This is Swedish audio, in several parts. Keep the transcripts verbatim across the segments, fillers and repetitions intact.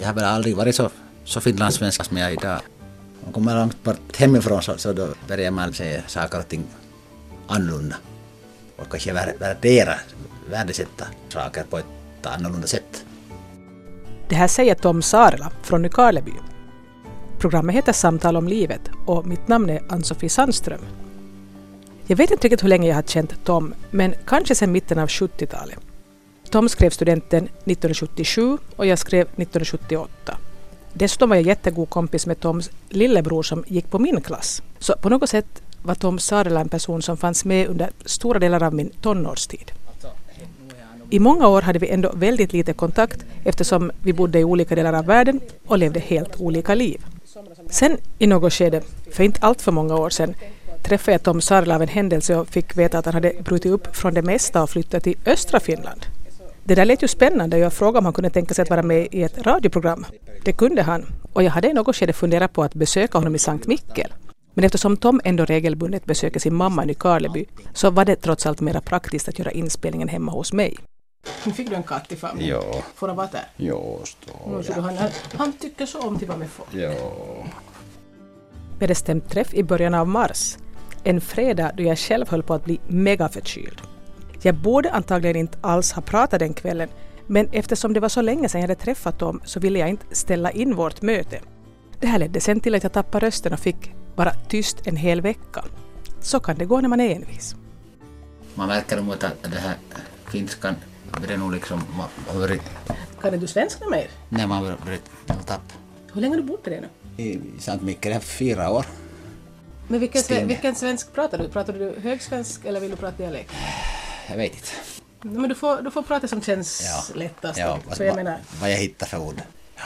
har väl aldrig varit så, så finlandssvensk som jag är idag. Om kommer långt bort hemifrån så, så då börjar man säga saker och ting annorlunda. Och kanske värdera, värdesätta saker på ett annorlunda sätt. Det här säger Tom Saarela från Nykarleby. Programmet heter Samtal om livet och mitt namn är Ann-Sofie Sandström. Jag vet inte riktigt hur länge jag har känt Tom, men kanske sedan mitten av sjuttiotalet. Tom skrev studenten nittonhundrasjuttiosju och jag skrev nittonhundrasjuttioåtta. Dessutom var jag jättegod kompis med Toms lillebror som gick på min klass. Så på något sätt var Tom Saarela en person som fanns med under stora delar av min tonårstid. I många år hade vi ändå väldigt lite kontakt eftersom vi bodde i olika delar av världen och levde helt olika liv. Sen i något skede, för inte allt för många år sedan, träffade jag Tom Saarela av en händelse och fick veta att han hade brutit upp från det mesta och flyttat till östra Finland. Det där lät ju spännande och jag frågade om han kunde tänka sig att vara med i ett radioprogram. Det kunde han och jag hade i något skede funderat på att besöka honom i Sankt Mikkel. Men eftersom Tom ändå regelbundet besöker sin mamma i Nykarleby så var det trots allt mer praktiskt att göra inspelningen hemma hos mig. Fick du en katt i familjen? Ja. Får han vara där? Ja, står ja. Han, han tycker så om till vad med folk. Ja. Vi hade stämt träff i början av mars. En fredag då jag själv höll på att bli mega förkyld. Jag borde antagligen inte alls ha pratat den kvällen, men eftersom det var så länge sedan jag hade träffat dem så ville jag inte ställa in vårt möte. Det här ledde sen till att jag tappade rösten och fick vara tyst en hel vecka. Så kan det gå när man är envis. Man märker nog att det här finskan blir nog liksom... Varit... Kan du svenska mer? Nej, man har blivit tapp. Hur länge har du bott i det nu? I Sankt Mikkel är fyra år. Men vilken, sve, vilken svensk pratar du? Pratar du högsvensk eller vill du prata dialekt? Jag vet inte. Men du får, du får prata som känns ja. lättast. Ja, så jag menar... vad jag hittar för ord. Ja.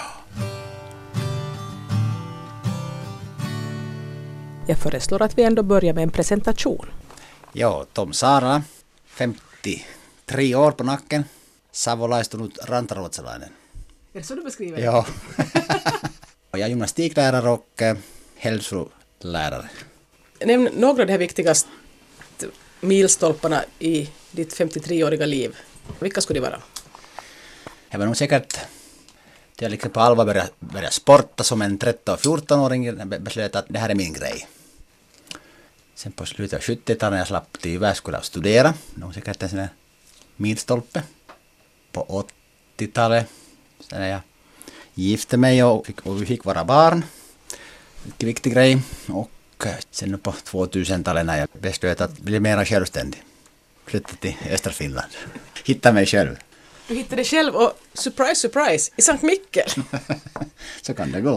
Jag föreslår att vi ändå börjar med en presentation. Ja, Tom Saarela, femtiotre år på nacken, savolaistunut rantaruotsalainen. Är det så du beskriver det? Ja. Jag är gymnastiklärare och eh, hälsolärare. Nämn några av de här viktigaste milstolparna i ditt femtiotreåriga liv. Vilka skulle det vara? Jag var nog säkert jag liksom på allvar började, började sporta som en tretton-fjorton-åring beslöt att det här är min grej. Sen på slutet av sjuttiotalet när jag slapp till Jyväskylä och studera. Det var säkert en sån här milstolpe. På åttiotalet sen jag gifte mig och, fick, och vi fick vara barn. Mycket viktig grej. Och sen på tvåtusentalet när jag beslöt att bli mer självständig. Flyttade till östra Finland. Hittade mig själv. Du hittade dig själv och surprise, surprise, i Sankt Mikkel. Så kan det gå.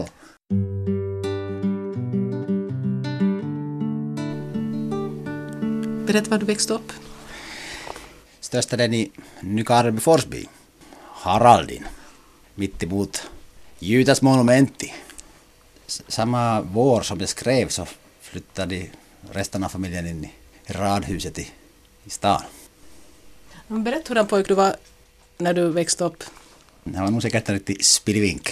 Berätta var du växte upp. Största den i Nykarleby Forsby. Haraldin. Mitt emot Jutas monumenti. Samma vår som det skrev så flyttade resten av familjen in i radhuset i, i stan. Men berätta hur den pojk du var när du växte upp. Han var nog säkert en riktig spillvink.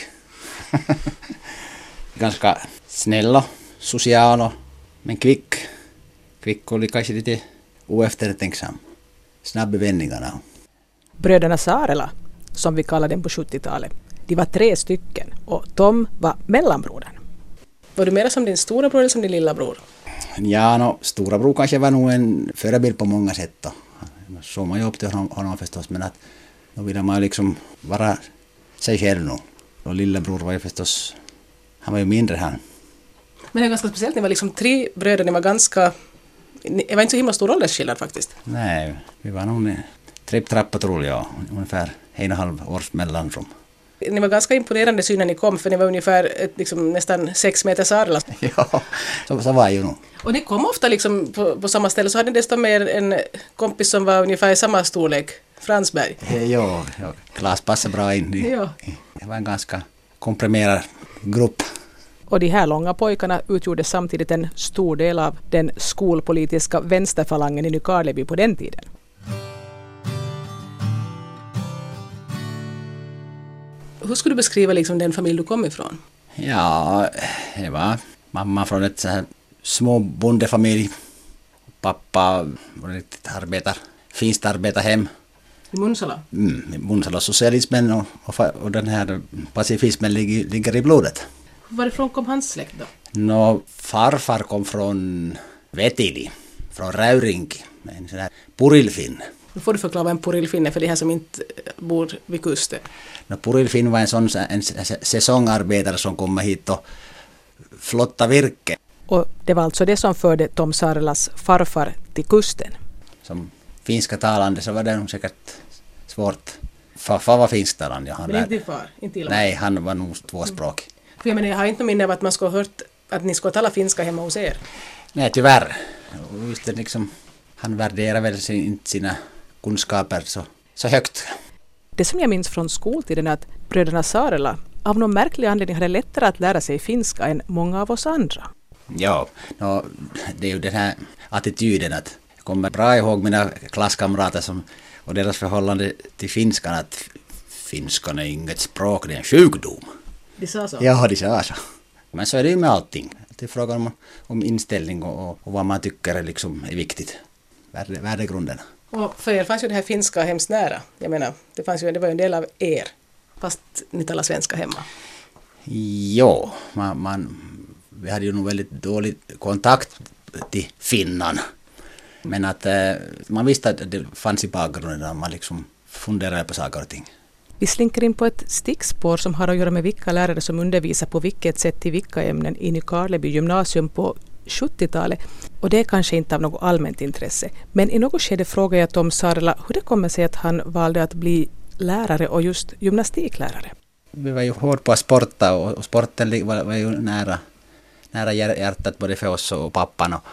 Ganska snäll och social och, men kvick. Kvick och kanske lite oeftertänksam. Snabb i vändningarna. Bröderna Saarela, som vi kallade dem på sjuttiotalet, de var tre stycken och Tom var mellanbrodern. Var du mer som din stora bror eller som din lilla bror? Ja, no, stora bror kanske var nog en förebild på många sätt. Så man ju upp till honom förstås, men att då ville man liksom vara sig själv nu. Och lillebror var ju förstås, han var ju mindre han. Men det är ganska speciellt, ni var liksom tre bröder, ni var ganska, det var inte så himla stor åldersskillnad faktiskt. Nej, vi var nog en tripp-trappa tror jag, ungefär en och halv års mellanrum. Ni var ganska imponerande syn när ni kom, för ni var ungefär ett, liksom, nästan sex meter Saarela. Ja, så, så var ju nog. Och ni kom ofta liksom på, på samma ställe, så hade ni desto mer en kompis som var ungefär i samma storlek, Fransberg. Ja, ja. Klas passade bra in. I, ja. Det var en ganska komprimerad grupp. Och de här långa pojkarna utgjorde samtidigt en stor del av den skolpolitiska vänsterfalangen i Nykarleby på den tiden. Hur skulle du beskriva liksom den familj du kom ifrån? Ja, det var mamma från ett så här små bondefamilj. Pappa var riktigt arbetar, finst arbetar hem. I Munsala? Mm, i Munsala socialismen och, och, och den här pacifismen ligger, ligger i blodet. Varifrån kom hans släkt då? Nå, farfar kom från Vetili, från Räyrinki, en sån här purilfinn. Nu får du förklara vad en purilfinn är för de här som inte bor vid kusten. No, purilfinn var en sån en säsongarbetare som kommer hit och flotta virke. Och det var alltså det som förde Tom Saarelas farfar till kusten. Som finska talande så var det nog säkert svårt. Farfar var finsktalande. Ja, men inte din far? Inte Ilmari? Nej, han var nog tvåspråkig. Mm. För jag menar, jag har inte minne av att man skulle ha hört att ni skulle tala finska hemma hos er. Nej, tyvärr. Just det, liksom, han värderar väl sin, sina kunskaper så, så högt. Det som jag minns från skoltiden är att bröderna Saarela av någon märklig anledning hade lättare att lära sig finska än många av oss andra. Ja, no, det är ju den här attityden att jag kommer bra ihåg mina klasskamrater som, och deras förhållande till finskan, att finskan är inget språk, det är en sjukdom. De sa så? Ja, de sa så. Men så är det ju med allting. Det är frågan om, om inställning och, och vad man tycker är, liksom, är viktigt. Värde, värdegrunderna. Och för er fanns ju det här finska hemskt nära. Jag menar, det, fanns ju, det var ju en del av er, fast ni talar svenska hemma. Jo, man, man, vi hade ju nog väldigt dålig kontakt till Finland. Men att eh, man visste att det fanns i bakgrunden när man liksom funderade på saker och ting. Vi slinker in på ett stickspår som har att göra med vilka lärare som undervisar på vilket sätt i vilka ämnen i Nykarleby gymnasium på sjuttiotalet. Och det är kanske inte av något allmänt intresse. Men i något skede frågar jag Tom Saarela hur det kommer sig att han valde att bli lärare och just gymnastiklärare. Vi var ju hård på att sporta och, och sporten var, var ju nära, nära hjärtat både för oss och pappan. Och,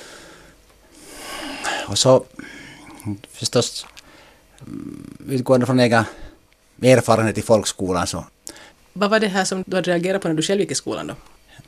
och så förstås utgående från egen erfarenhet i folkskolan så. Vad var det här som du hade reagerat på när du själv gick i skolan då?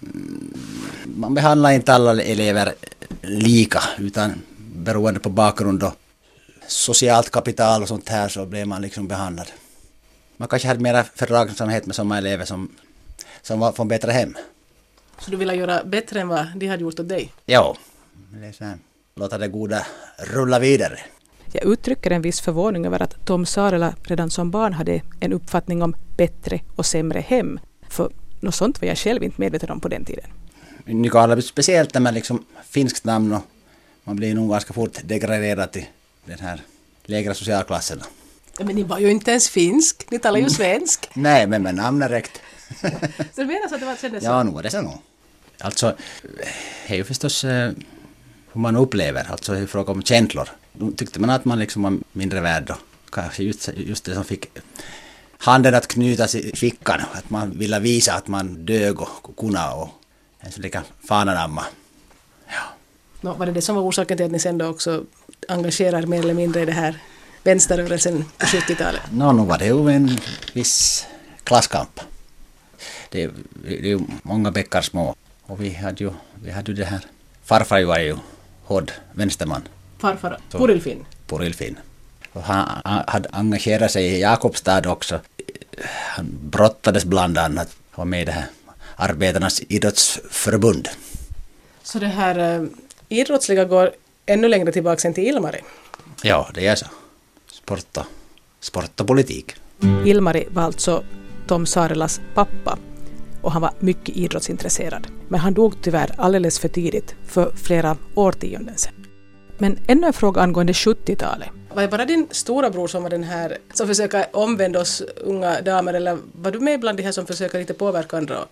Man behandlar inte alla elever lika utan beroende på bakgrund och socialt kapital och sånt här så blev man liksom behandlad. Man kanske hade mera fördragsamhet med sådana elever som, som var från bättre hem. Så du ville göra bättre än vad de hade gjort åt dig? Ja, det är så här. Låta det goda rulla vidare. Jag uttrycker en viss förvåning över att Tom Saarela redan som barn hade en uppfattning om bättre och sämre hem. För något sånt var jag själv inte medveten om på den tiden. Nykarleby speciellt när man liksom finskt namn och man blir nog ganska fort degraderad till den här lägre socialklassen. Men ni var ju inte ens finsk, ni talar ju svensk. Nej, men med namnet räckt. Så du menar så att det var kändes så? Ja, nog var det så nog. Alltså, det är ju förstås eh, hur man upplever, alltså i fråga om känslor. Då tyckte man att man liksom var mindre värd då. Kanske just, just det som fick handen att knytas i fickan. Att man ville visa att man dög och kunna och en sån lika fananamma. Ja. Nå, var det det som var orsaken till att ni sen då också engagerar mer eller mindre i det här vänsterrörelsen på sjuttiotalet? Nå, nu var det ju en viss klasskamp. Det, det är ju många bäckar små. Och vi hade ju, vi hade ju det här. Farfar var ju hård vänsterman. Farfar, Purilfinn. Purilfinn. Och han, han hade engagerat sig i Jakobstad också. Han brottades bland annat. Han var med i det här Arbetarnas idrottsförbund. Så det här äh, idrottsliga går ännu längre tillbaka än till Ilmari? Ja, det är så. Sport och, sport och politik. Ilmari var alltså Tom Saarelas pappa och han var mycket idrottsintresserad. Men han dog tyvärr alldeles för tidigt, för flera årtionden sedan. Men ännu en fråga angående sjuttiotalet. Var det bara din stora bror som var den här som försöker omvända oss unga damer, eller var du med bland de här som försöker lite påverka andra?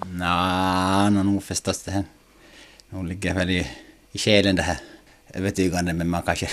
Nå, no, nog förstås det här. Nu ligger väl i, i själen det här övertygande, men man kanske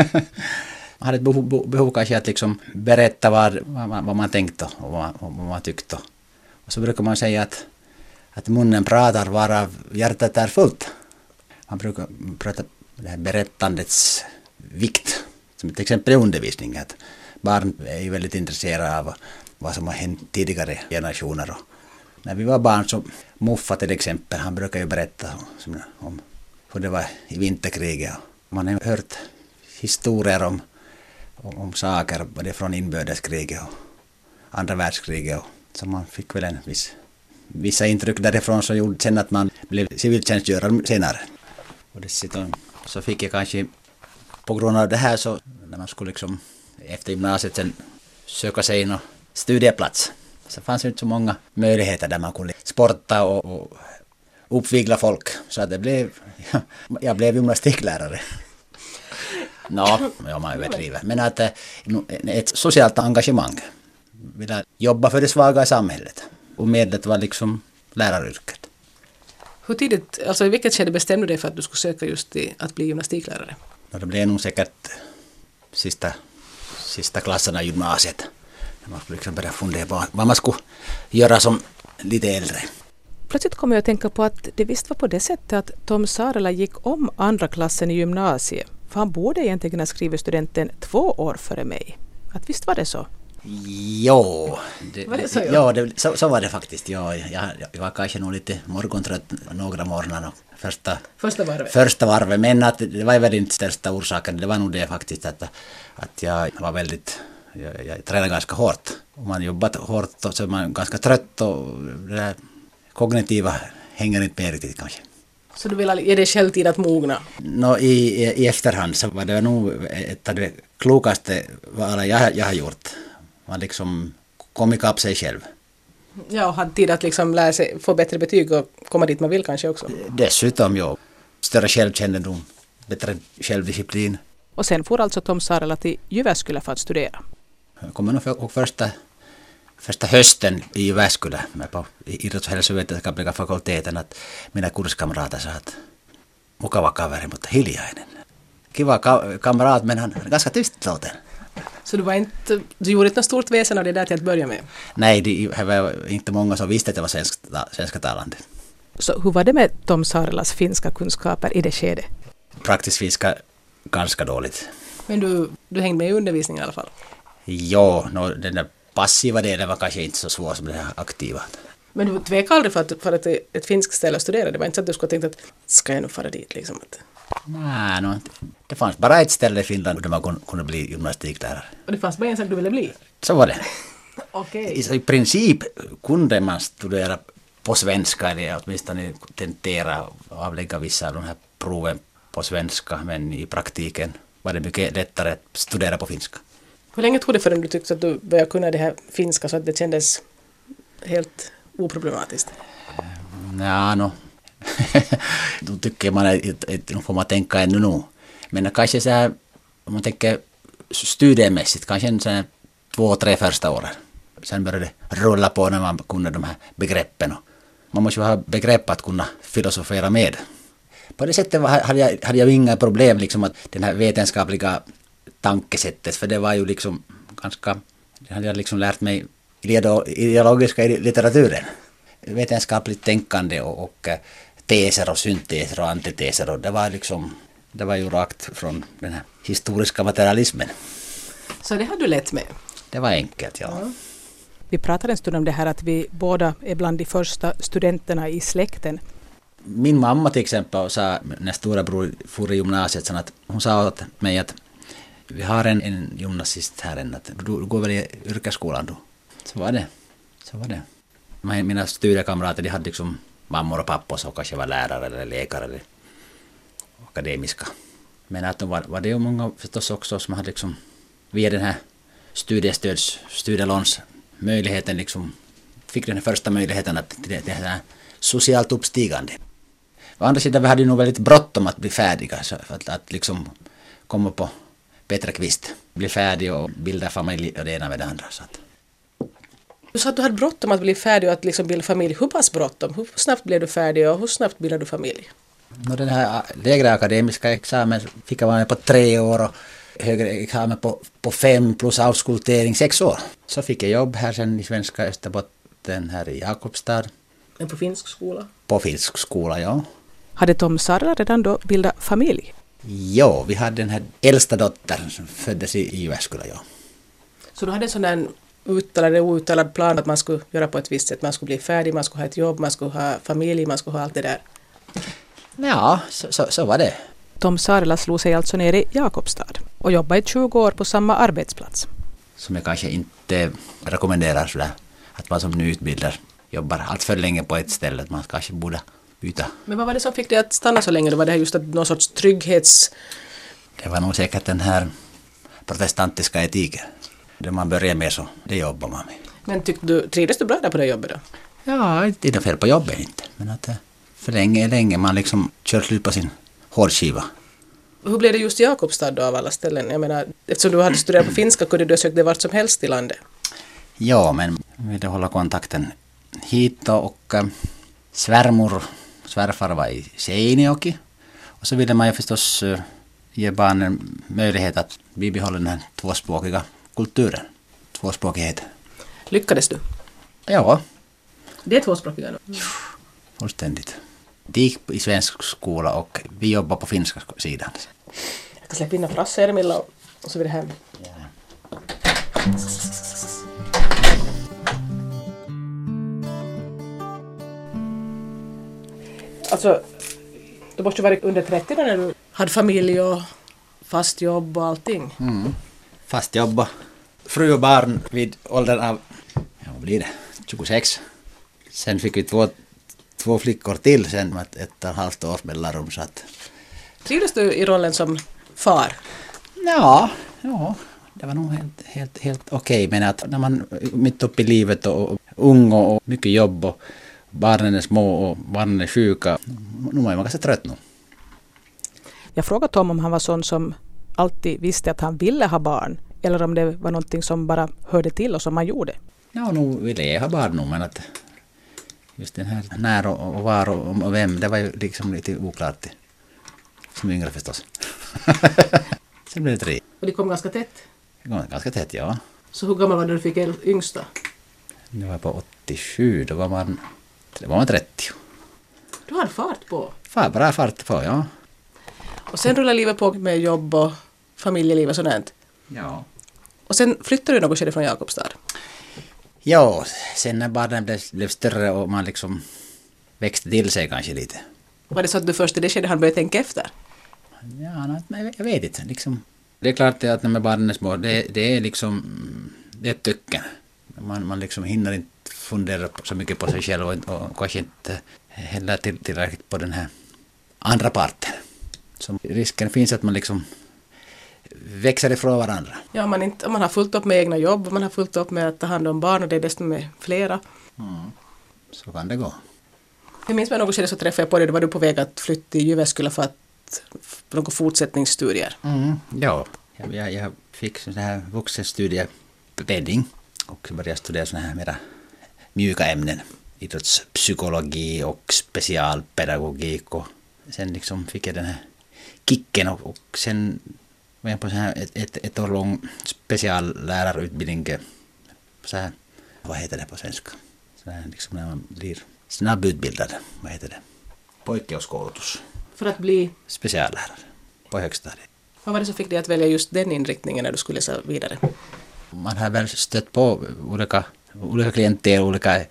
man hade ett behov, behov kanske att liksom berätta vad, vad, vad man tänkte och vad, vad man tyckte. Och så brukar man säga att, att munnen pratar varav hjärtat är fullt. Man brukar prata det här berättandets vikt. Som till exempel i undervisning. Att barn är ju väldigt intresserade av vad som har hänt tidigare generationer. Och när vi var barn så Muffa till exempel, han brukar ju berätta om, om hur det var i vinterkriget. Man har hört historier om, om, om saker både från inbördeskriget och andra världskriget. Och, så man fick väl en viss, vissa intryck därifrån som gjorde sen att man blev civiltjänstgörare senare. Och dessutom så fick jag kanske på grund av det här så när man skulle liksom efter gymnasiet sen söka sig in och studieplats. Så fanns ju inte så många möjligheter där man kunde sporta och, och uppvigla folk. Så att det blev, ja, jag blev gymnastiklärare. Nå, ja, man överdriver. Men att ett socialt engagemang. Vilja jobba för det svaga i samhället. Och medlet var liksom läraryrket. Hur tidigt, alltså i vilket skede bestämde du dig för att du skulle söka just i att bli gymnastiklärare? Och det blev nog säkert sista, sista klasserna i gymnasiet. När man skulle liksom börja fundera på vad man skulle göra som lite äldre. Plötsligt kom jag att tänka på att det visst var på det sättet att Tom Saarela gick om andra klassen i gymnasiet. För han borde egentligen ha skrivit studenten två år före mig. Att visst var det så? Jo, det, var det så, det, ja, det, så, så var det faktiskt. Ja, jag, jag var kanske nog lite morgontrött några morgnar. Första, första varvet. Första varvet, men att det var väl inte största orsaken. Det var nog det faktiskt att, att jag var väldigt, jag, jag tränade ganska hårt. Om man jobbat hårt så är man ganska trött och det där kognitiva hänger inte med riktigt kanske. Så du vill ge dig själv tid att mogna? No, i, i efterhand så var det nog ett av de klokaste val jag, jag har gjort. Man liksom kom ikapp sig själv. Ja, och hade tid att liksom lära sig, få bättre betyg och komma dit man vill kanske också. Dessutom, ja. Större självkännedom, bättre självdisciplin. Och sen får alltså Tom Saarela till Jyväskylä för att studera. Jag kommer nog ihåg första, första hösten i Jyväskylä på idrotts- och hälsovetenskapliga fakulteten att mina kurskamrater sa att mukava kaveri, mutta hiljainen. Kiva ka- kamrat, men han är ganska tystlåten. Så du, var inte, du gjorde inte något stort väsen av det där till att börja med? Nej, det var inte många som visste att det var svenska, svenska talande. Så hur var det med Tom Saarelas finska kunskaper i det skedet? Praktiskt finska ganska dåligt. Men du, du hängde med i undervisningen i alla fall? Ja, no, den där passiva delen var kanske inte så svår som den aktiva. Men du tvekade aldrig för att fara till ett finskt ställe och studera? Det var inte så att du skulle tänka att ska jag nu fara dit liksom? Att... Nej, no, det fanns bara ett ställe i Finland där man kunde bli gymnastiklärare. Och det fanns bara en sak du ville bli? Så var det. Okej. I, I princip kunde man studera på svenska eller åtminstone tentera och avlägga vissa av de här proven på svenska, men i praktiken var det mycket lättare att studera på finska. Hur länge tog det förrän du tyckte att du började kunna det här finska så att det kändes helt oproblematiskt? Ja, no. Då tycker man att nu får man tänka ännu nu. Men kanske så här, om man tänker studiemässigt, kanske en sån här två, tre första åren. Sen började det rulla på när man kunde de här begreppen. Man måste ju ha begrepp att kunna filosofera med. På det sättet hade jag, hade jag inga problem liksom att den här vetenskapliga tankesättet, för det var ju liksom ganska, det hade jag liksom lärt mig i ideologiska litteraturen. Vetenskapligt tänkande och, och teser och synteser och antiteser, och det var liksom, det var ju rakt från den här historiska materialismen. Så det har du lätt med? Det var enkelt, ja. ja. Vi pratade en stund om det här att vi båda är bland de första studenterna i släkten. Min mamma till exempel sa, när stora bror for i gymnasiet, så att hon sa åt mig att vi har en, en gymnasist här än, att du går väl i yrkesskolan då. Så var det. Så var det. Mina studiekamrater, de hade liksom mammor och pappor som kanske var lärare eller läkare eller akademiska. Men att de var, var det ju många förstås också som hade liksom via den här studiestöds, studielåns möjligheten liksom, fick den här första möjligheten att det, det här socialt uppstigande. Å andra sidan vi hade ju nog väldigt bråttom att bli färdiga, så att, att liksom komma på bättre kvist, bli färdig och bilda familj och det ena med det andra. Så att. Du sa att du hade bråttom att bli färdig och att liksom bilda familj. Hur pass bråttom? Hur snabbt blev du färdig och hur snabbt bildade du familj? No, den här lägre akademiska examen fick jag vara med på tre år och högre examen på, på fem plus avskultering sex år. Så fick jag jobb här sen i svenska Österbotten här i Jakobstad. Men på finsk skola? På finsk skola, ja. Hade Tom Saarela redan då bildat familj? Ja, vi hade den här äldsta dottern som föddes i, i Jyväskylä, ja. Så du hade en sån där uttalad eller outtalad plan att man skulle göra på ett visst sätt? Man skulle bli färdig, man skulle ha ett jobb, man skulle ha familj, man skulle ha allt det där? Ja, så, så, så var det. Tom Saarela slog sig alltså ner i Jakobstad och jobbade i tjugo år på samma arbetsplats. Som jag kanske inte rekommenderar sådär, att man som nyutbildad jobbar allt för länge på ett ställe, att man kanske borde byta. Men vad var det som fick dig att stanna så länge? Var det just att någon sorts trygghets... Det var nog säkert den här protestantiska etiken. Det man börjar med så, det jobbar man med. Men tyckte du, trivdes du bra där på det jobbet då? Ja, det är fel på jobbet inte. Men att för länge, länge man liksom kör slut på sin hårdskiva. Hur blev det just Jakobstad då av alla ställen? Jag menar, eftersom du hade studerat på finska kunde du ha sökt det vart som helst i landet. Ja, men vi ville hålla kontakten hit och äh, svärmor, svärfar var i Seinäjoki. Och så ville man ju förstås äh, ge barnen möjlighet att bibehålla den här tvåspråkiga kulturen, tvåspråkigheten. Lyckades du? Ja. Det är tvåspråkiga nu? Fullständigt. De gick i svensk skola och vi jobbar på finska sidan. Jag ska släppa in en frasse Emil och så vill det hem. Ja. Alltså, du måste ju varit under trettio när du hade familj och fast jobb och allting. Mm. Fast jobba. Fru och barn vid åldern av, ja vad blir det, tjugosex. Sen fick vi två, två flickor till sen med ett, ett och ett halvt års mellanrum. Så att... Trivdes du i rollen som far? Ja, ja. Det var nog helt, helt, helt okej. Men att när man är mitt upp i livet och, och ung och, och mycket jobb och barnen är små och barnen är sjuka, nu är man ganska trött nu. Jag frågade Tom om han var sån som alltid visste att han ville ha barn eller om det var någonting som bara hörde till och som man gjorde. Ja, nu ville jag ha barn nu, men att just den här när och, och var och, och vem, det var ju liksom lite oklart som yngre förstås. Sen blev det tre. Och det kom ganska tätt? Det kom ganska tätt, ja. Så hur gammal var du när du fick en yngsta? Det var på åttiosju, då var man, då var man trettio. Du hade fart på? Far, bra fart på, ja. Och sen rullade livet på med jobb och familjeliv och sådant? Ja. Och sen flyttade du något skede från Jakobstad? Ja, sen när barnen blev, blev större och man liksom växte till sig kanske lite. Var det så att du först i det skedet han började tänka efter? Ja, nej, jag vet inte. Liksom. Det är klart att när barnen är små, det, det är liksom, det är ett töcken. Man, man liksom hinner inte fundera så mycket på sig själv och, och kanske inte heller till, tillräckligt på den här andra parten. Så risken finns att man liksom växer ifrån varandra. Ja, om man, inte, om man har fullt upp med egna jobb och man har fullt upp med att ta hand om barn och det är desto med flera. Mm. Så kan det gå. Jag minns mig något skede så träffade jag på dig, då var du på väg att flytta till Jyväskylä för att för några fortsättningsstudier. Mm. Ja, jag, jag, jag fick sån här vuxenstudiebedding och började studera såna här mera mjuka ämnen. Idrottspsykologi och specialpedagogik och sen liksom fick jag den här kicken och, och sen var jag på så här ett, ett, ett år lång speciallärarutbildning så här, vad heter det på svenska? Så här liksom när man blir snabbutbildad, vad heter det? Poikkeuskoulutus. För att bli speciallärare på högstadiet. Vad var det som fick dig att välja just den inriktningen när du skulle läsa vidare? Man har väl stött på olika, olika klienter, olika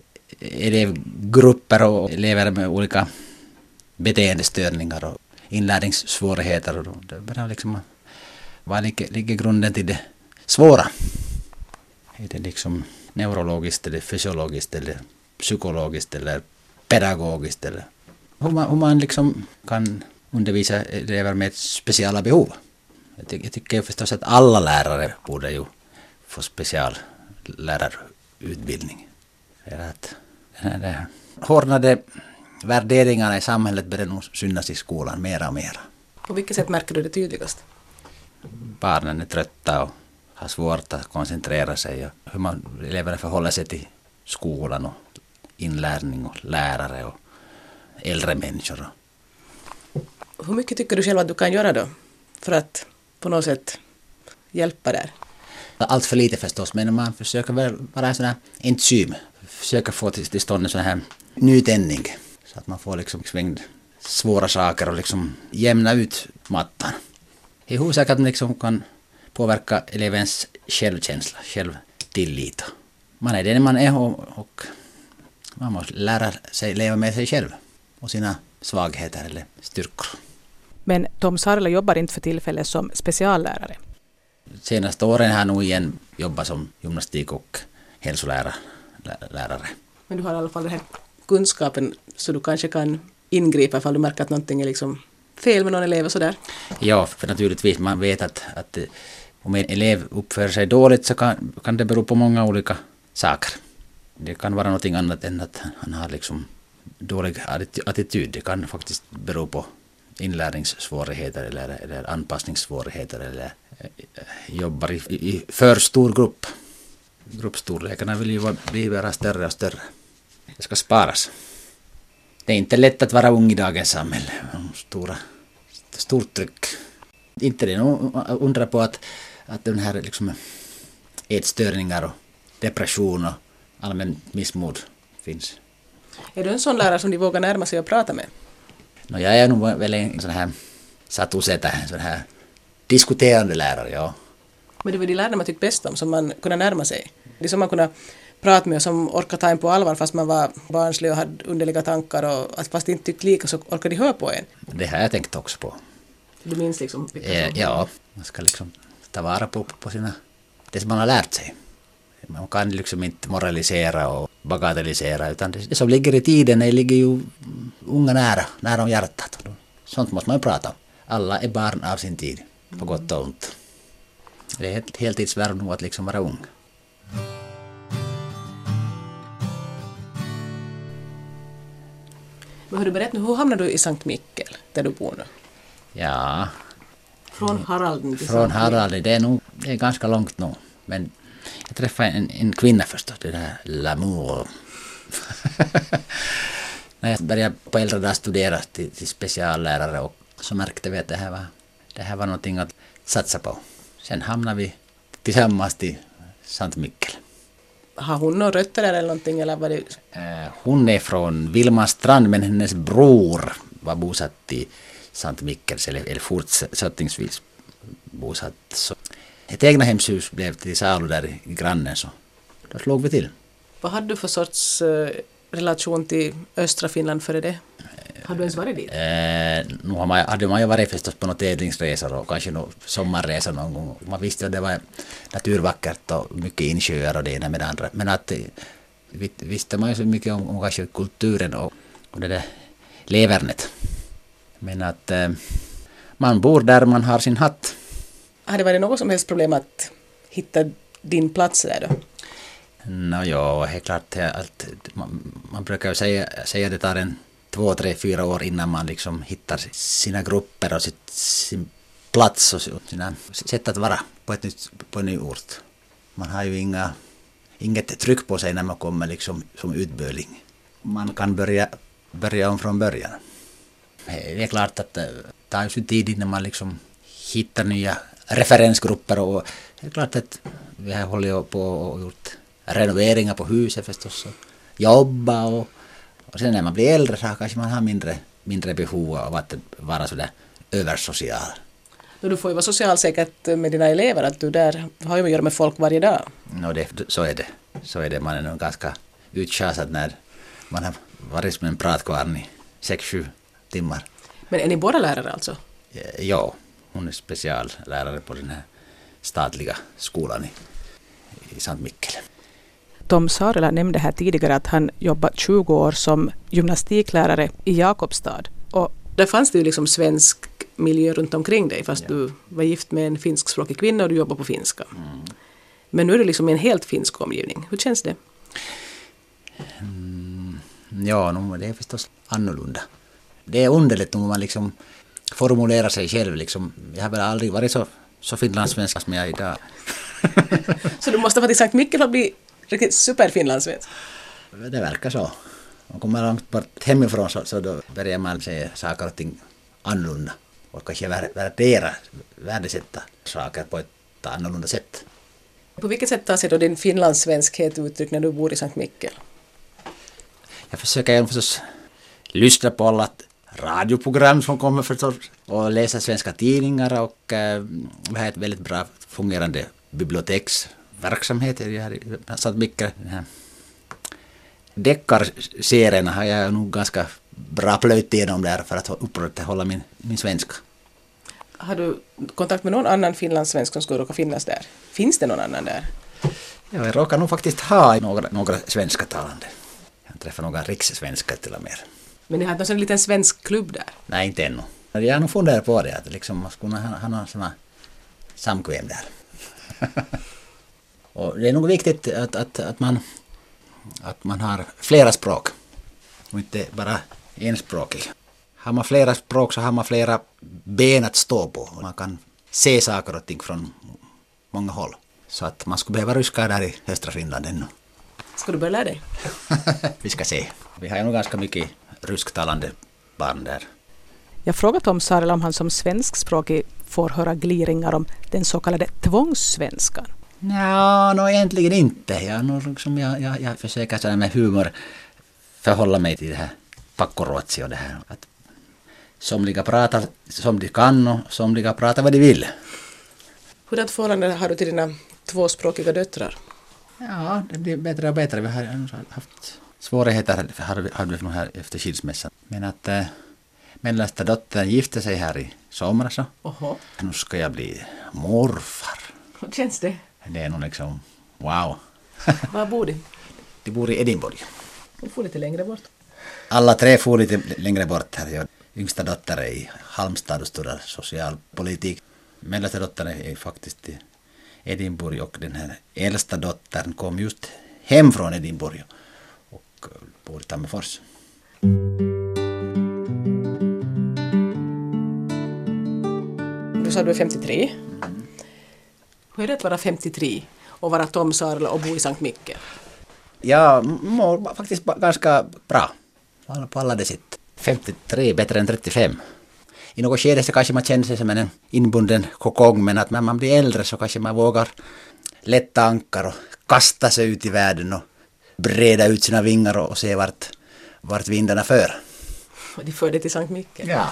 elevgrupper och elever med olika beteendestörningar och inlärningssvårigheter. Och det bara liksom, vad ligger, ligger grunden till det svåra? Är det liksom neurologiskt eller fysiologiskt eller psykologiskt eller pedagogiskt eller hur man, hur man liksom kan undervisa elever med speciella behov. Jag, ty- jag tycker förstås att alla lärare borde ju få speciallärarutbildning. För att den här hårdnade värderingarna i samhället börjar nog synas i skolan mera och mera. På vilket sätt märker du det tydligast? Barnen är trötta och har svårt att koncentrera sig och hur man eleverna förhåller sig till skolan och inlärning och lärare och äldre människor. Hur mycket tycker du själv att du kan göra då för att på något sätt hjälpa där? Allt för lite förstås, men man försöker väl vara en sån här enzym. Försöker få till, till stånd en sån här nytändning. Så att man får liksom svängd svåra saker och liksom jämna ut mattan. I huvudsak att man liksom kan påverka elevens självkänsla, självtillit. Man är den man är och, och man måste lära sig leva med sig själv och sina svagheter eller styrkor. Men Tom Sarla jobbar inte för tillfället som speciallärare. Senaste åren har jag nog igen jobbat som gymnastik- och hälsolärare. Men du har i alla fall den här kunskapen så du kanske kan ingripa ifall du märker att någonting är liksom fel med någon elev och sådär. Ja, för naturligtvis man vet att, att om en elev uppför sig dåligt så kan, kan det bero på många olika saker. Det kan vara något annat än att han har liksom dålig attityd. Det kan faktiskt bero på inlärningssvårigheter eller, eller anpassningssvårigheter eller jobbar i, i för stor grupp. Gruppstorlekarna vill ju bli bara större och större. Det ska sparas. Det är inte lätt att vara ung i dagens samhälle. Stora, stort tryck. Inte det nog undra på att, att den här liksom ätstörningar och depression och allmän missmod finns. Är du en sån lärare som de vågar närma sig och prata med? No, jag är nog väl en sån här satusätä, en sån här diskuterande lärare, ja. Men det var de lärare man tyckte bäst om, som man kunde närma sig. Det som man kunde prata med och som orkade ta en på allvar fast man var barnslig och hade underliga tankar och att fast inte tyckte lika så orkade de höra på en. Det har jag tänkt också på. Du minns liksom? Eh, ja, man ska liksom ta vara på, på sina, det som man har lärt sig. Man kan liksom inte moralisera och bagatellisera utan det, det som ligger i tiden det ligger ju unga nära, nära om hjärtat. Sånt måste man ju prata om. Alla är barn av sin tid, på gott och ont. Det är ett heltidsvärv nog att liksom vara ung. Men hur du berättat nu, hur hamnade du i Sankt Mikkel där du bor nu? Ja. Från Haralden till Från Haralden, det är nog det är ganska långt nu. Men jag träffade en, en kvinna förstås, det där l'amour. När jag började på äldre dag studera till, till speciallärare och så märkte vi att det här var, det här var någonting att satsa på. Sen hamnade vi tillsammans till Sankt Mikkel. Har hon några rötter där eller någonting? Eller var det... eh, hon är från Vilmastrand men hennes bror var bosatt i Sankt Mikkels eller, eller fortsättningsvis bosatt. Så ett egna hemshus blev till salu där i grannen så då slog vi till. Vad hade du för sorts uh, relation till östra Finland före det? Har du ens varit dit? Eh, nu har man, hade man ju varit förstås på några tävlingsresor och kanske några sommarresor någon gång. Man visste att det var naturvackert och mycket insjöar och det ena med det andra. Men att visste man ju så mycket om, om kanske kulturen och, och det där levernet. Men att eh, man bor där man har sin hatt. Har det varit något som helst problem att hitta din plats där då? No, ja, helt klart. Att man, man brukar ju säga, säga att det tar en två, tre, fyra år innan man liksom hittar sina grupper och sitt, sin plats och sina sätt att vara på, ett nytt, på en ny ort. Man har ju inga, inget tryck på sig när man kommer liksom som utböling. Man kan börja, börja om från början. Det är klart att det tar ju sin tid innan man liksom hittar nya referensgrupper och det är klart att vi har hållit på och gjort renoveringar på huset förstås och jobba och, och sen när man blir äldre så kanske man har mindre, mindre behov av att vara sådär översocial. Du får ju vara social säkert med dina elever att du där har ju att göra med folk varje dag. No, det, så är det. Så är det. Man är nog ganska utschasad när man har varit som en pratkvarn i sex sju timmar. Men är ni båda lärare alltså? Ja, hon är speciallärare på den här statliga skolan i, i Sankt Mikkel. Tom Saarela nämnde här tidigare att han jobbat tjugo år som gymnastiklärare i Jakobstad. Och där fanns det ju liksom svensk miljö runt omkring dig fast ja. Du var gift med en finskspråkig kvinna och du jobbar på finska. Mm. Men nu är det liksom en helt finsk omgivning. Hur känns det? Mm, ja, no, det är förstås annorlunda. Det är underligt om man liksom formulerar sig själv. Liksom. Jag har väl aldrig varit så, så finlandssvensk som jag är idag. Så du måste faktiskt Sankt Mikkel och bli riktigt superfinlandssvensk? Det verkar så. Om kommer långt bort hemifrån så, så då börjar man säga saker och ting annorlunda. Och kanske värdera, värdesätta saker på ett annorlunda sätt. På vilket sätt tar sig då din finlandssvenskhet uttryck när du bor i Sankt Mikkel? Jag försöker förstås lyssna på alla radioprogram som kommer förstås och läsa svenska tidningar och äh, vi har ett väldigt bra fungerande biblioteksverksamhet här i Sankt Mikkel. Deckarserierna har jag nog ganska bra plöjt igenom där för att upprätthålla min, min svenska. Har du kontakt med någon annan finlandssvensk som skulle råka finnas där? Finns det någon annan där? Ja, jag råkar nog faktiskt ha några, några svenska talande. Jag träffar några rikssvenskar till och med. Men ni har inte en liten svensk klubb där? Nej, inte ännu. Jag har nog funderat på det, att liksom man skulle ha, ha någon sån samkväm där. Och det är nog viktigt att, att, att, man, att man har flera språk och inte bara enspråkig. Har man flera språk så har man flera ben att stå på. Man kan se saker och ting från många håll. Så att man skulle behöva ryska där i östra Finland ännu. Ska du börja lära dig? Vi ska se. Vi har ju nog ganska mycket rysktalande barn där. Jag frågade Tom Saarela om han som svenskspråkig får höra gliringar om den så kallade tvångssvenskan. Ja, no, egentligen inte. Jag, no, liksom, jag, jag, jag försöker så med humor förhålla mig till det här pakkoruotsi och det här. Att somliga pratar som de kan och somliga pratar vad de vill. Hurdant förhållande har du till dina tvåspråkiga döttrar? Ja, det blir bättre och bättre. Vi har haft svårigheter hade vi här efter skilsmässan. Men att äh, mellersta dottern gifte sig här i somras. Oho. Nu ska jag bli morfar. Hur känns det? Det är nog liksom, wow. Var bor de? De bor i Edinburgh. De får lite längre bort. Alla tre får lite längre bort här. Jag, yngsta dotter är i Halmstad och studerar socialpolitik. Mellersta dottern är faktiskt i Edinburgh och den här äldsta dottern kom just hem från Edinburgh och bor i Tammerfors. Du sa att du är femtiotre. Mm. Hur är det att vara femtiotre och vara Tom Saarela och bo i Sankt Mikkel? Jag mår faktiskt ganska bra på alla det sätt. femtiotre bättre än trettiofem. I något skede så kanske man känner sig som en inbunden kokong, men att när man blir äldre så kanske man vågar lätta ankar och kasta sig ut i världen och breda ut sina vingar och se vart, vart vindarna för. Och de för det till Sankt Mikkel? Ja.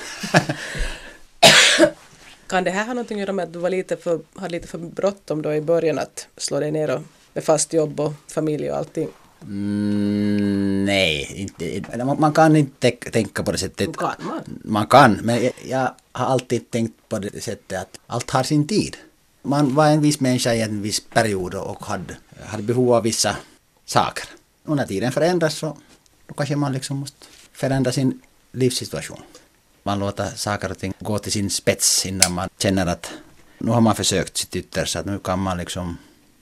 Kan det här ha någonting att göra med att du var lite för, hade lite för bråttom då i början att slå dig ner och med fast jobb och familj och allting? Mm, nej, inte, man, man kan inte tänka på det sättet. Kan man? Man kan, men jag, jag har alltid tänkt på det sättet att allt har sin tid. Man var en viss människa i en viss period och hade, hade behov av vissa saker. Och när tiden förändras så då kanske man liksom måste förändra sin livssituation. Man låter saker och ting gå till sin spets innan man känner att nu har man försökt sitt yttersta, att nu kan man liksom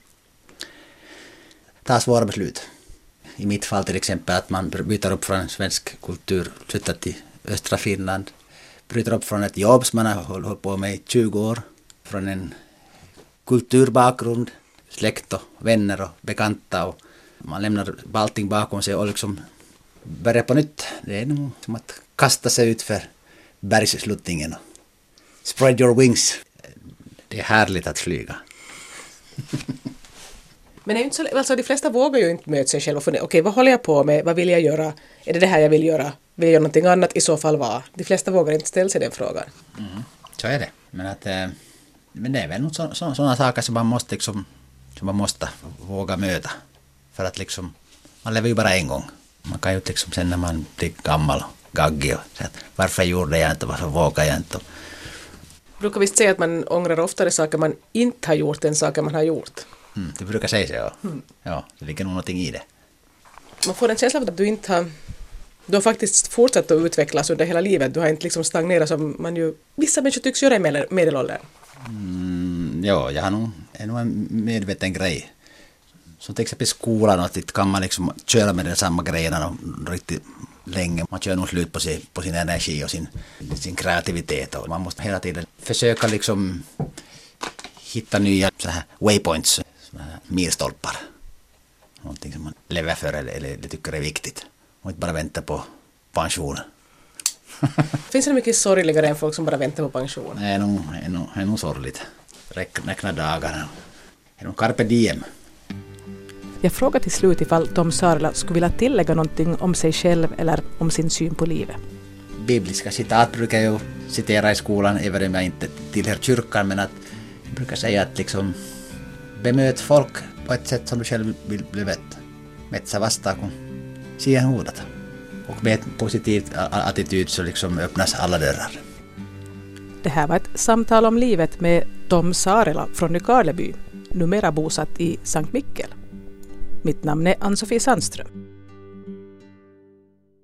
ta svåra beslut. I mitt fall till exempel att man byter upp från svensk kultur, flyttar till östra Finland, bryter upp från ett jobb som man har hållit på med i tjugo år, från en kulturbakgrund, släkt och vänner och bekanta, och man lämnar allting bakom sig och liksom börjar på nytt. Det är nog som att kasta sig ut för bergssluttningen och spread your wings. Det är härligt att flyga. Men är ju inte så, alltså de flesta vågar ju inte möta sig själva och fundera, okej, vad håller jag på med, vad vill jag göra, är det det här jag vill göra, vill jag göra någonting annat, i så fall vad? De flesta vågar inte ställa sig den frågan. Mm, så är det. Men, att, men det är väl något så, så, sådana saker som man måste liksom, som man måste våga möta. För att liksom, man lever ju bara en gång. Man kan ju liksom sen när man blir gammal och gaggig och säga att varför gjorde jag inte, varför vågar jag inte. Brukar visst säga att man ångrar oftare saker man inte har gjort än saker man har gjort. Mm, det brukar säga så, ja. Mm. Ja, det ligger nog någonting i det. Man får en känsla av att du inte har, du har faktiskt fortsatt att utvecklas under hela livet. Du har inte liksom stagnerat som man ju, vissa människor tycks göra i medelåldern. Mm, ja, jag har nog, är nog en medveten grej. Som till exempel i skolan, att kan man liksom köra med den samma grejerna riktigt länge. Man kör nog slut på sin, på sin energi och sin, sin kreativitet. Och man måste hela tiden försöka liksom hitta nya så här waypoints, så här milstolpar. Någonting som man lever för eller, eller tycker är viktigt. Och inte bara vänta på pension. Finns det mycket sorgligare än folk som bara väntar på pension? Det är nog, är nog, är nog sorgligt. Räkna dagarna. Det är nog carpe diem. Jag frågar till slut ifall Tom Saarela skulle vilja tillägga någonting om sig själv eller om sin syn på livet. Bibliska citat brukar jag citera i skolan, även om jag inte tillhör kyrkan, men att jag brukar säga att liksom bemöt folk på ett sätt som du själv vill bli bemött. Metsä vastaan kun siihen huudat. Och med ett positivt attityd så liksom öppnas alla dörrar. Det här var ett samtal om livet med Tom Saarela från Nykarleby, numera bosatt i Sankt Mikkel. Mitt namn är Ann-Sofie Sandström.